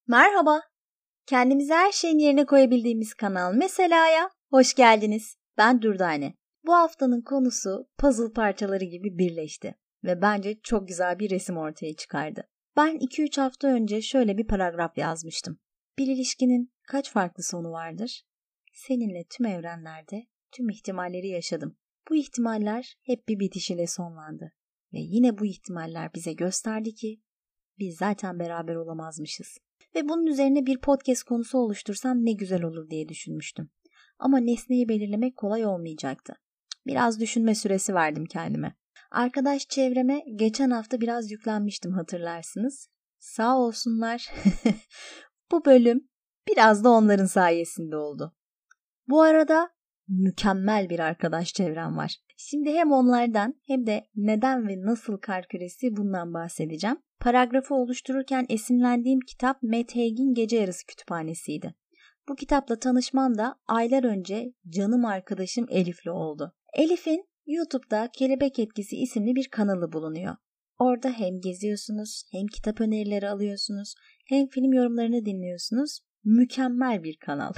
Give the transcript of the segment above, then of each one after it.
Merhaba, kendimizi her şeyin yerine koyabildiğimiz kanal Mesela'ya hoş geldiniz. Ben Durdane. Bu haftanın konusu puzzle parçaları gibi birleşti ve bence çok güzel bir resim ortaya çıkardı. Ben 2-3 hafta önce şöyle bir paragraf yazmıştım. Bir ilişkinin kaç farklı sonu vardır? Seninle tüm evrenlerde tüm ihtimalleri yaşadım. Bu ihtimaller hep bir bitiş ile sonlandı. Ve yine bu ihtimaller bize gösterdi ki biz zaten beraber olamazmışız. Ve bunun üzerine bir podcast konusu oluştursam ne güzel olur diye düşünmüştüm. Ama nesneyi belirlemek kolay olmayacaktı. Biraz düşünme süresi verdim kendime. Arkadaş çevreme geçen hafta biraz yüklenmiştim hatırlarsınız. Sağ olsunlar. Bu bölüm biraz da onların sayesinde oldu. Bu arada mükemmel bir arkadaş çevrem var. Şimdi hem onlardan hem de neden ve nasıl kar küresi bundan bahsedeceğim. Paragrafı oluştururken esinlendiğim kitap Matt Haig'in Gece Yarısı Kütüphanesi'ydi. Bu kitapla tanışmam da aylar önce canım arkadaşım Elif'le oldu. Elif'in YouTube'da Kelebek Etkisi isimli bir kanalı bulunuyor. Orada hem geziyorsunuz, hem kitap önerileri alıyorsunuz, hem film yorumlarını dinliyorsunuz. Mükemmel bir kanal.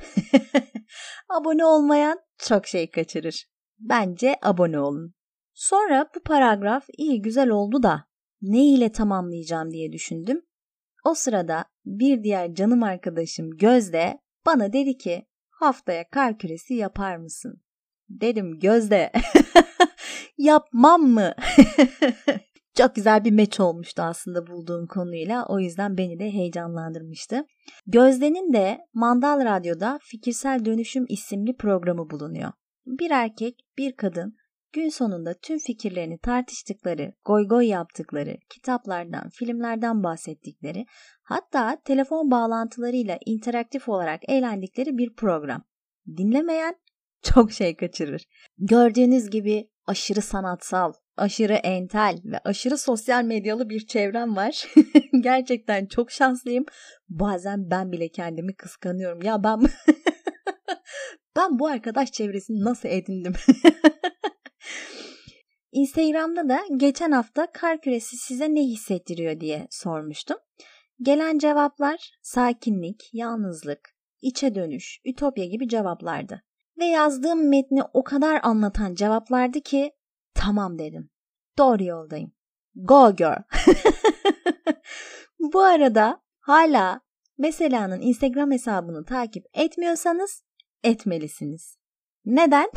Abone olmayan çok şey kaçırır. Bence abone olun. Sonra bu paragraf iyi güzel oldu da ne ile tamamlayacağım diye düşündüm. O sırada bir diğer canım arkadaşım Gözde bana dedi ki haftaya kar küresi yapar mısın? Dedim Gözde yapmam mı? Çok güzel bir match olmuştu aslında bulduğum konuyla. O yüzden beni de heyecanlandırmıştı. Gözde'nin de Mandal Radyo'da Fikirsel Dönüşüm isimli programı bulunuyor. Bir erkek, bir kadın gün sonunda tüm fikirlerini tartıştıkları, goy goy yaptıkları, kitaplardan, filmlerden bahsettikleri, hatta telefon bağlantılarıyla interaktif olarak eğlendikleri bir program. Dinlemeyen çok şey kaçırır. Gördüğünüz gibi aşırı sanatsal, aşırı entel ve aşırı sosyal medyalı bir çevrem var. Gerçekten çok şanslıyım. Bazen ben bile kendimi kıskanıyorum. Ya ben bu arkadaş çevresini nasıl edindim? Instagram'da da geçen hafta kar küresi size ne hissettiriyor diye sormuştum. Gelen cevaplar sakinlik, yalnızlık, içe dönüş, ütopya gibi cevaplardı. Ve yazdığım metni o kadar anlatan cevaplardı ki tamam dedim. Doğru yoldayım. Go girl. Bu arada hala Mesela'nın Instagram hesabını takip etmiyorsanız etmelisiniz. Neden?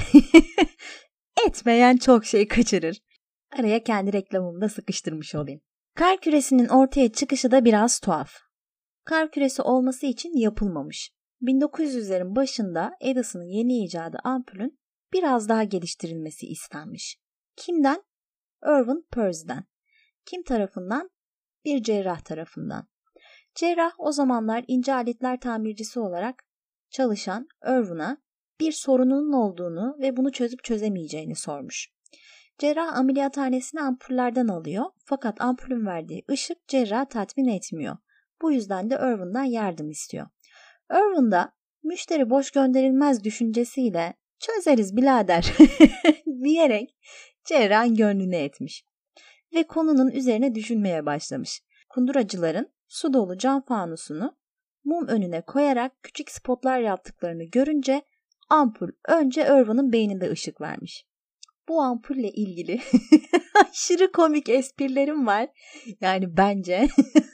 Etmeyen çok şey kaçırır. Araya kendi reklamımı da sıkıştırmış olayım. Kar küresinin ortaya çıkışı da biraz tuhaf. Kar küresi olması için yapılmamış. 1900'lerin başında Edison'ın yeni icadı ampulün biraz daha geliştirilmesi istenmiş. Kimden? Irving Peirce'den. Kim tarafından? Bir cerrah tarafından. Cerrah o zamanlar ince aletler tamircisi olarak çalışan Irving'a bir sorununun olduğunu ve bunu çözüp çözemeyeceğini sormuş. Cerrah ameliyathanesine ampullerden alıyor fakat ampulün verdiği ışık cerrahı tatmin etmiyor. Bu yüzden de Irving'den yardım istiyor. Irving da müşteri boş gönderilmez düşüncesiyle çözeriz birader diyerek cerrahın gönlünü etmiş. Ve konunun üzerine düşünmeye başlamış. Kunduracıların su dolu cam fanusunu mum önüne koyarak küçük spotlar yaptıklarını görünce ampul önce Irving'ın beyninde ışık vermiş. Bu ampulle ilgili aşırı komik esprilerim var. Yani bence.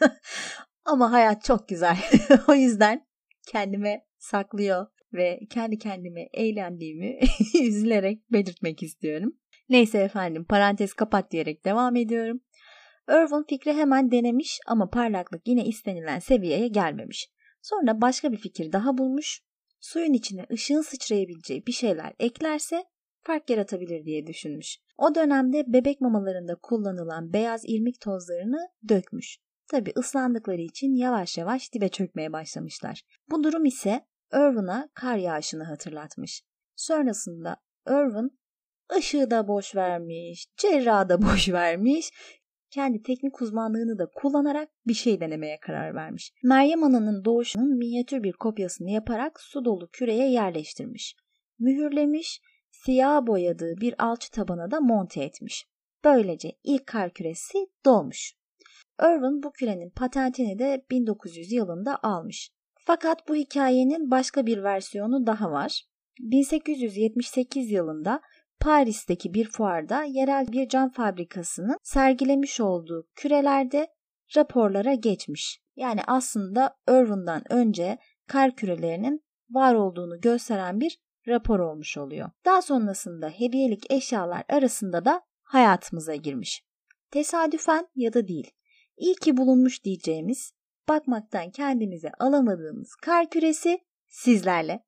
Ama hayat çok güzel. O yüzden kendime saklıyor ve kendi kendime eğlendiğimi üzülerek belirtmek istiyorum. Neyse efendim parantez kapat diyerek devam ediyorum. Irving fikri hemen denemiş ama parlaklık yine istenilen seviyeye gelmemiş. Sonra başka bir fikir daha bulmuş. Suyun içine ışığın sıçrayabileceği bir şeyler eklerse fark yaratabilir diye düşünmüş. O dönemde bebek mamalarında kullanılan beyaz irmik tozlarını dökmüş. Tabii ıslandıkları için yavaş yavaş dibe çökmeye başlamışlar. Bu durum ise Irving'a kar yağışını hatırlatmış. Sonrasında Irving ışığı da boş vermiş, cerrahı da boş vermiş. Kendi teknik uzmanlığını da kullanarak bir şey denemeye karar vermiş. Meryem Ana'nın doğuşunun minyatür bir kopyasını yaparak su dolu küreye yerleştirmiş. Mühürlemiş, siyah boyadığı bir alçı tabana da monte etmiş. Böylece ilk kar küresi doğmuş. Irwin bu kürenin patentini de 1900 yılında almış. Fakat bu hikayenin başka bir versiyonu daha var. 1878 yılında Paris'teki bir fuarda yerel bir cam fabrikasının sergilemiş olduğu kürelerde raporlara geçmiş. Yani aslında Irwin'dan önce kar kürelerinin var olduğunu gösteren bir rapor olmuş oluyor. Daha sonrasında hediyelik eşyalar arasında da hayatımıza girmiş. Tesadüfen ya da değil. İyi ki bulunmuş diyeceğimiz, bakmaktan kendimize alamadığımız kar küresi sizlerle.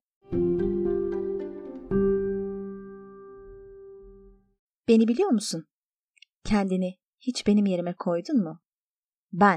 Beni biliyor musun? Kendini hiç benim yerime koydun mu? Ben.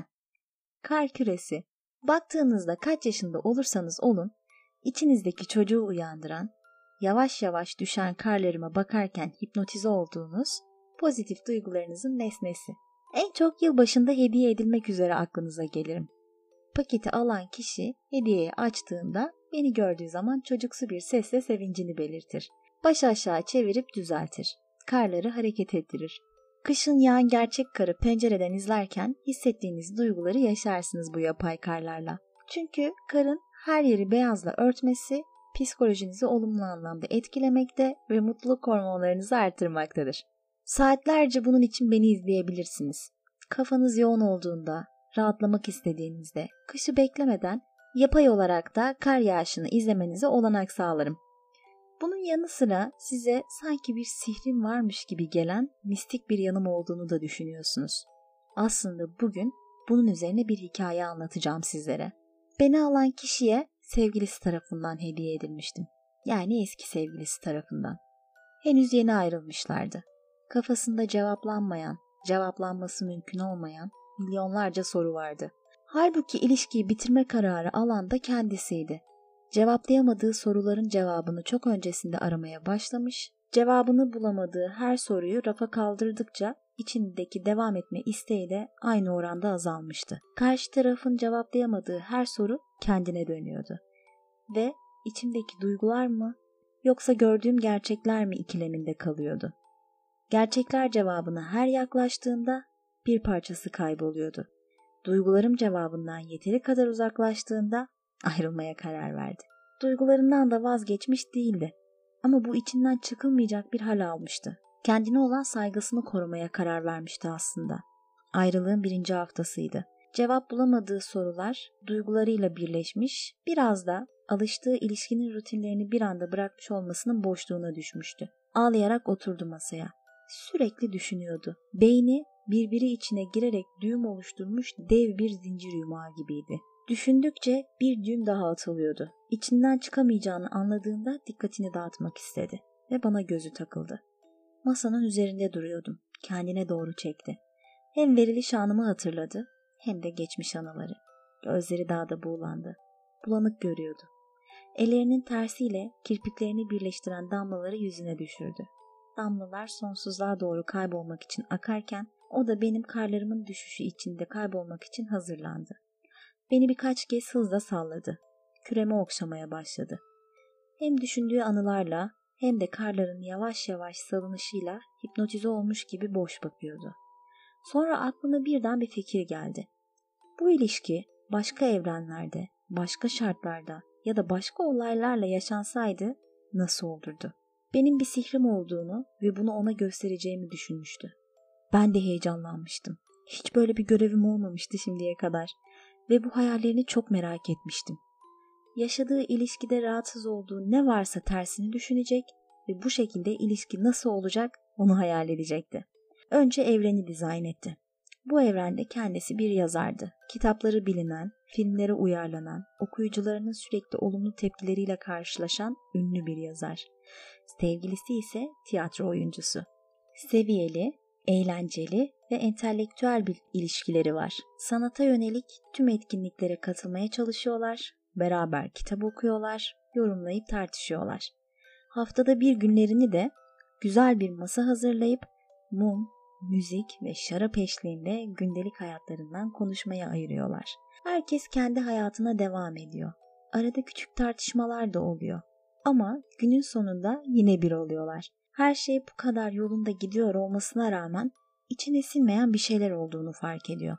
Kar küresi. Baktığınızda kaç yaşında olursanız olun, içinizdeki çocuğu uyandıran, yavaş yavaş düşen karlarıma bakarken hipnotize olduğunuz pozitif duygularınızın nesnesi. En çok yılbaşında hediye edilmek üzere aklınıza gelirim. Paketi alan kişi hediyeyi açtığında beni gördüğü zaman çocuksu bir sesle sevincini belirtir. Baş aşağı çevirip düzeltir. Karları hareket ettirir. Kışın yağan gerçek karı pencereden izlerken hissettiğiniz duyguları yaşarsınız bu yapay karlarla. Çünkü karın her yeri beyazla örtmesi psikolojinizi olumlu anlamda etkilemekte ve mutluluk hormonlarınızı artırmaktadır. Saatlerce bunun için beni izleyebilirsiniz. Kafanız yoğun olduğunda, rahatlamak istediğinizde, kışı beklemeden yapay olarak da kar yağışını izlemenize olanak sağlarım. Bunun yanı sıra size sanki bir sihrim varmış gibi gelen mistik bir yanım olduğunu da düşünüyorsunuz. Aslında bugün bunun üzerine bir hikaye anlatacağım sizlere. Beni alan kişiye sevgilisi tarafından hediye edilmiştim. Yani eski sevgilisi tarafından. Henüz yeni ayrılmışlardı. Kafasında cevaplanmayan, cevaplanması mümkün olmayan milyonlarca soru vardı. Halbuki ilişkiyi bitirme kararı alan da kendisiydi. Cevaplayamadığı soruların cevabını çok öncesinde aramaya başlamış, cevabını bulamadığı her soruyu rafa kaldırdıkça içindeki devam etme isteği de aynı oranda azalmıştı. Karşı tarafın cevaplayamadığı her soru kendine dönüyordu. Ve içimdeki duygular mı yoksa gördüğüm gerçekler mi ikileminde kalıyordu. Gerçekler cevabına her yaklaştığında bir parçası kayboluyordu. Duygularım cevabından yeteri kadar uzaklaştığında ayrılmaya karar verdi. Duygularından da vazgeçmiş değildi. Ama bu içinden çıkılmayacak bir hal almıştı. Kendine olan saygısını korumaya karar vermişti aslında. Ayrılığın 1. haftasıydı. Cevap bulamadığı sorular duygularıyla birleşmiş, biraz da alıştığı ilişkinin rutinlerini bir anda bırakmış olmasının boşluğuna düşmüştü. Ağlayarak oturdu masaya. Sürekli düşünüyordu. Beyni birbiri içine girerek düğüm oluşturmuş dev bir zincir yumağı gibiydi. Düşündükçe bir düğüm daha atılıyordu. İçinden çıkamayacağını anladığında dikkatini dağıtmak istedi ve bana gözü takıldı. Masanın üzerinde duruyordum. Kendine doğru çekti. Hem veriliş anımı hatırladı hem de geçmiş anıları. Gözleri daha da buğulandı. Bulanık görüyordu. Ellerinin tersiyle kirpiklerini birleştiren damlaları yüzüne düşürdü. Damlalar sonsuzluğa doğru kaybolmak için akarken o da benim karlarımın düşüşü içinde kaybolmak için hazırlandı. Beni birkaç kez hızla salladı. Küremi okşamaya başladı. Hem düşündüğü anılarla hem de karların yavaş yavaş salınışıyla hipnotize olmuş gibi boş bakıyordu. Sonra aklına birden bir fikir geldi. Bu ilişki başka evrenlerde, başka şartlarda ya da başka olaylarla yaşansaydı nasıl olurdu? Benim bir sihrim olduğunu ve bunu ona göstereceğimi düşünmüştü. Ben de heyecanlanmıştım. Hiç böyle bir görevim olmamıştı şimdiye kadar ve bu hayallerini çok merak etmiştim. Yaşadığı ilişkide rahatsız olduğu ne varsa tersini düşünecek ve bu şekilde ilişki nasıl olacak onu hayal edecekti. Önce evreni dizayn etti. Bu evrende kendisi bir yazardı. Kitapları bilinen, filmlere uyarlanan, okuyucularının sürekli olumlu tepkileriyle karşılaşan ünlü bir yazar. Sevgilisi ise tiyatro oyuncusu. Seviyeli, eğlenceli ve entelektüel bir ilişkileri var. Sanata yönelik tüm etkinliklere katılmaya çalışıyorlar, beraber kitap okuyorlar, yorumlayıp tartışıyorlar. Haftada bir günlerini de güzel bir masa hazırlayıp mum, müzik ve şarap eşliğinde gündelik hayatlarından konuşmaya ayırıyorlar. Herkes kendi hayatına devam ediyor. Arada küçük tartışmalar da oluyor. Ama günün sonunda yine bir oluyorlar. Her şey bu kadar yolunda gidiyor olmasına rağmen içine sinmeyen bir şeyler olduğunu fark ediyor.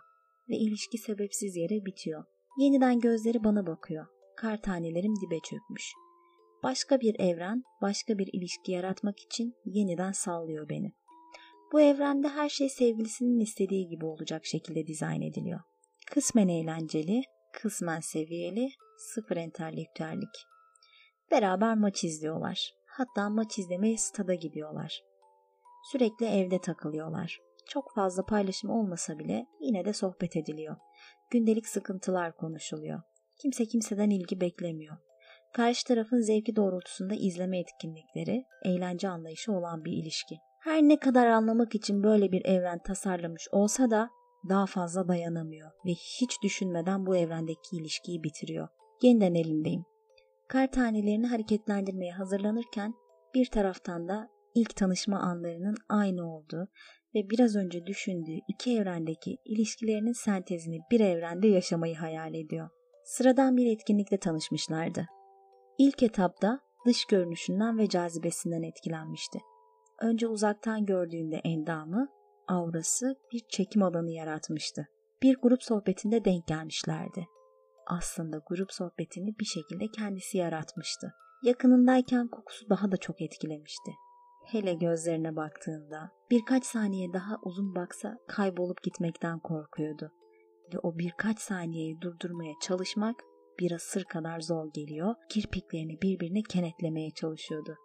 ve ilişki sebepsiz yere bitiyor. Yeniden gözleri bana bakıyor. Kar tanelerim dibe çökmüş. Başka bir evren, başka bir ilişki yaratmak için yeniden sallıyor beni. Bu evrende her şey sevgilisinin istediği gibi olacak şekilde dizayn ediliyor. Kısmen eğlenceli, kısmen seviyeli, sıfır entelektüellik. Beraber maç izliyorlar. Hatta maç izlemeye stada gidiyorlar. Sürekli evde takılıyorlar. Çok fazla paylaşım olmasa bile yine de sohbet ediliyor. Gündelik sıkıntılar konuşuluyor. Kimse kimseden ilgi beklemiyor. Karşı tarafın zevki doğrultusunda izleme etkinlikleri, eğlence anlayışı olan bir ilişki. Her ne kadar anlamak için böyle bir evren tasarlamış olsa da daha fazla dayanamıyor ve hiç düşünmeden bu evrendeki ilişkiyi bitiriyor. Yeniden elindeyim. Kar tanelerini hareketlendirmeye hazırlanırken bir taraftan da ilk tanışma anlarının aynı olduğu ve biraz önce düşündüğü iki evrendeki ilişkilerinin sentezini bir evrende yaşamayı hayal ediyor. Sıradan bir etkinlikle tanışmışlardı. İlk etapta dış görünüşünden ve cazibesinden etkilenmişti. Önce uzaktan gördüğünde endamı, aurası bir çekim alanı yaratmıştı. Bir grup sohbetinde denk gelmişlerdi. Aslında grup sohbetini bir şekilde kendisi yaratmıştı. Yakınındayken kokusu daha da çok etkilemişti. Hele gözlerine baktığında birkaç saniye daha uzun baksa kaybolup gitmekten korkuyordu. Ve o birkaç saniyeyi durdurmaya çalışmak bir asır kadar zor geliyor, kirpiklerini birbirine kenetlemeye çalışıyordu.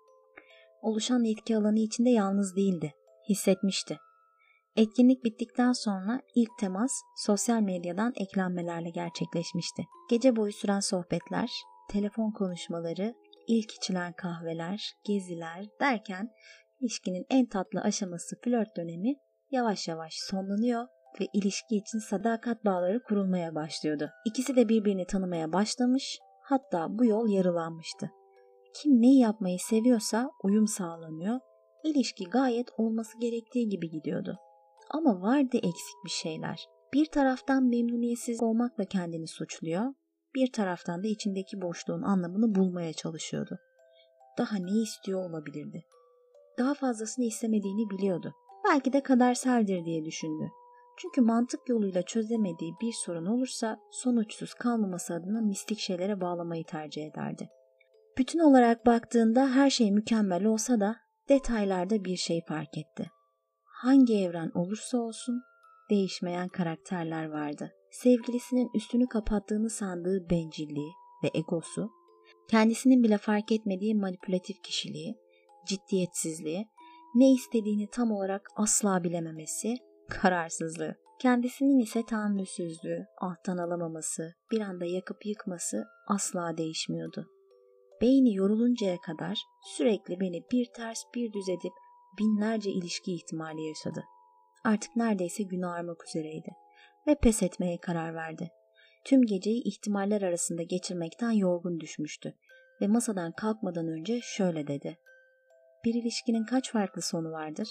Oluşan etki alanı içinde yalnız değildi, hissetmişti. Etkinlik bittikten sonra ilk temas sosyal medyadan eklenmelerle gerçekleşmişti. Gece boyu süren sohbetler, telefon konuşmaları, ilk içilen kahveler, geziler derken ilişkinin en tatlı aşaması flört dönemi yavaş yavaş sonlanıyor ve ilişki için sadakat bağları kurulmaya başlıyordu. İkisi de birbirini tanımaya başlamış, hatta bu yol yarılanmıştı. Kim neyi yapmayı seviyorsa uyum sağlanıyor, ilişki gayet olması gerektiği gibi gidiyordu. Ama vardı eksik bir şeyler. Bir taraftan memnuniyetsiz olmakla kendini suçluyor, bir taraftan da içindeki boşluğun anlamını bulmaya çalışıyordu. Daha ne istiyor olabilirdi? Daha fazlasını istemediğini biliyordu. Belki de kaderseldir diye düşündü. Çünkü mantık yoluyla çözemediği bir sorun olursa sonuçsuz kalmaması adına mistik şeylere bağlamayı tercih ederdi. Bütün olarak baktığında her şey mükemmel olsa da detaylarda bir şey fark etti. Hangi evren olursa olsun değişmeyen karakterler vardı. Sevgilisinin üstünü kapattığını sandığı bencilliği ve egosu, kendisinin bile fark etmediği manipülatif kişiliği, ciddiyetsizliği, ne istediğini tam olarak asla bilememesi, kararsızlığı, kendisinin ise tahammülsüzlüğü, alttan alamaması, bir anda yakıp yıkması asla değişmiyordu. Beyni yoruluncaya kadar sürekli beni bir ters bir düz edip binlerce ilişki ihtimali yaşadı. Artık neredeyse gün ağarmak üzereydi ve pes etmeye karar verdi. Tüm geceyi ihtimaller arasında geçirmekten yorgun düşmüştü ve masadan kalkmadan önce şöyle dedi. Bir ilişkinin kaç farklı sonu vardır?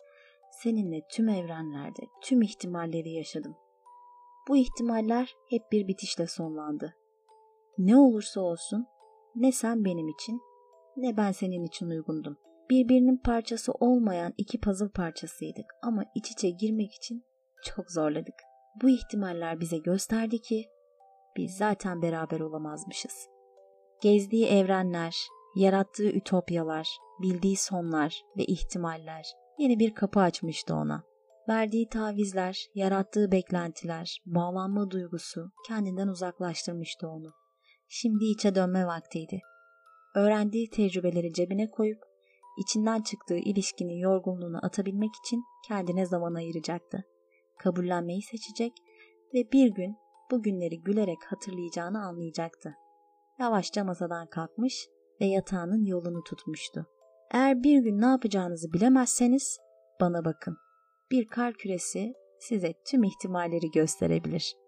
Seninle tüm evrenlerde tüm ihtimalleri yaşadım. Bu ihtimaller hep bir bitişle sonlandı. Ne olursa olsun ne sen benim için ne ben senin için uygundum. Birbirinin parçası olmayan iki puzzle parçasıydık ama iç içe girmek için çok zorladık. Bu ihtimaller bize gösterdi ki biz zaten beraber olamazmışız. Gezdiği evrenler, yarattığı ütopyalar, bildiği sonlar ve ihtimaller yeni bir kapı açmıştı ona. Verdiği tavizler, yarattığı beklentiler, bağlanma duygusu kendinden uzaklaştırmıştı onu. Şimdi içe dönme vaktiydi. Öğrendiği tecrübeleri cebine koyup içinden çıktığı ilişkinin yorgunluğunu atabilmek için kendine zaman ayıracaktı. Kabullenmeyi seçecek ve bir gün bu günleri gülerek hatırlayacağını anlayacaktı. Yavaşça masadan kalkmış ve yatağının yolunu tutmuştu. Eğer bir gün ne yapacağınızı bilemezseniz bana bakın. Bir kar küresi size tüm ihtimalleri gösterebilir.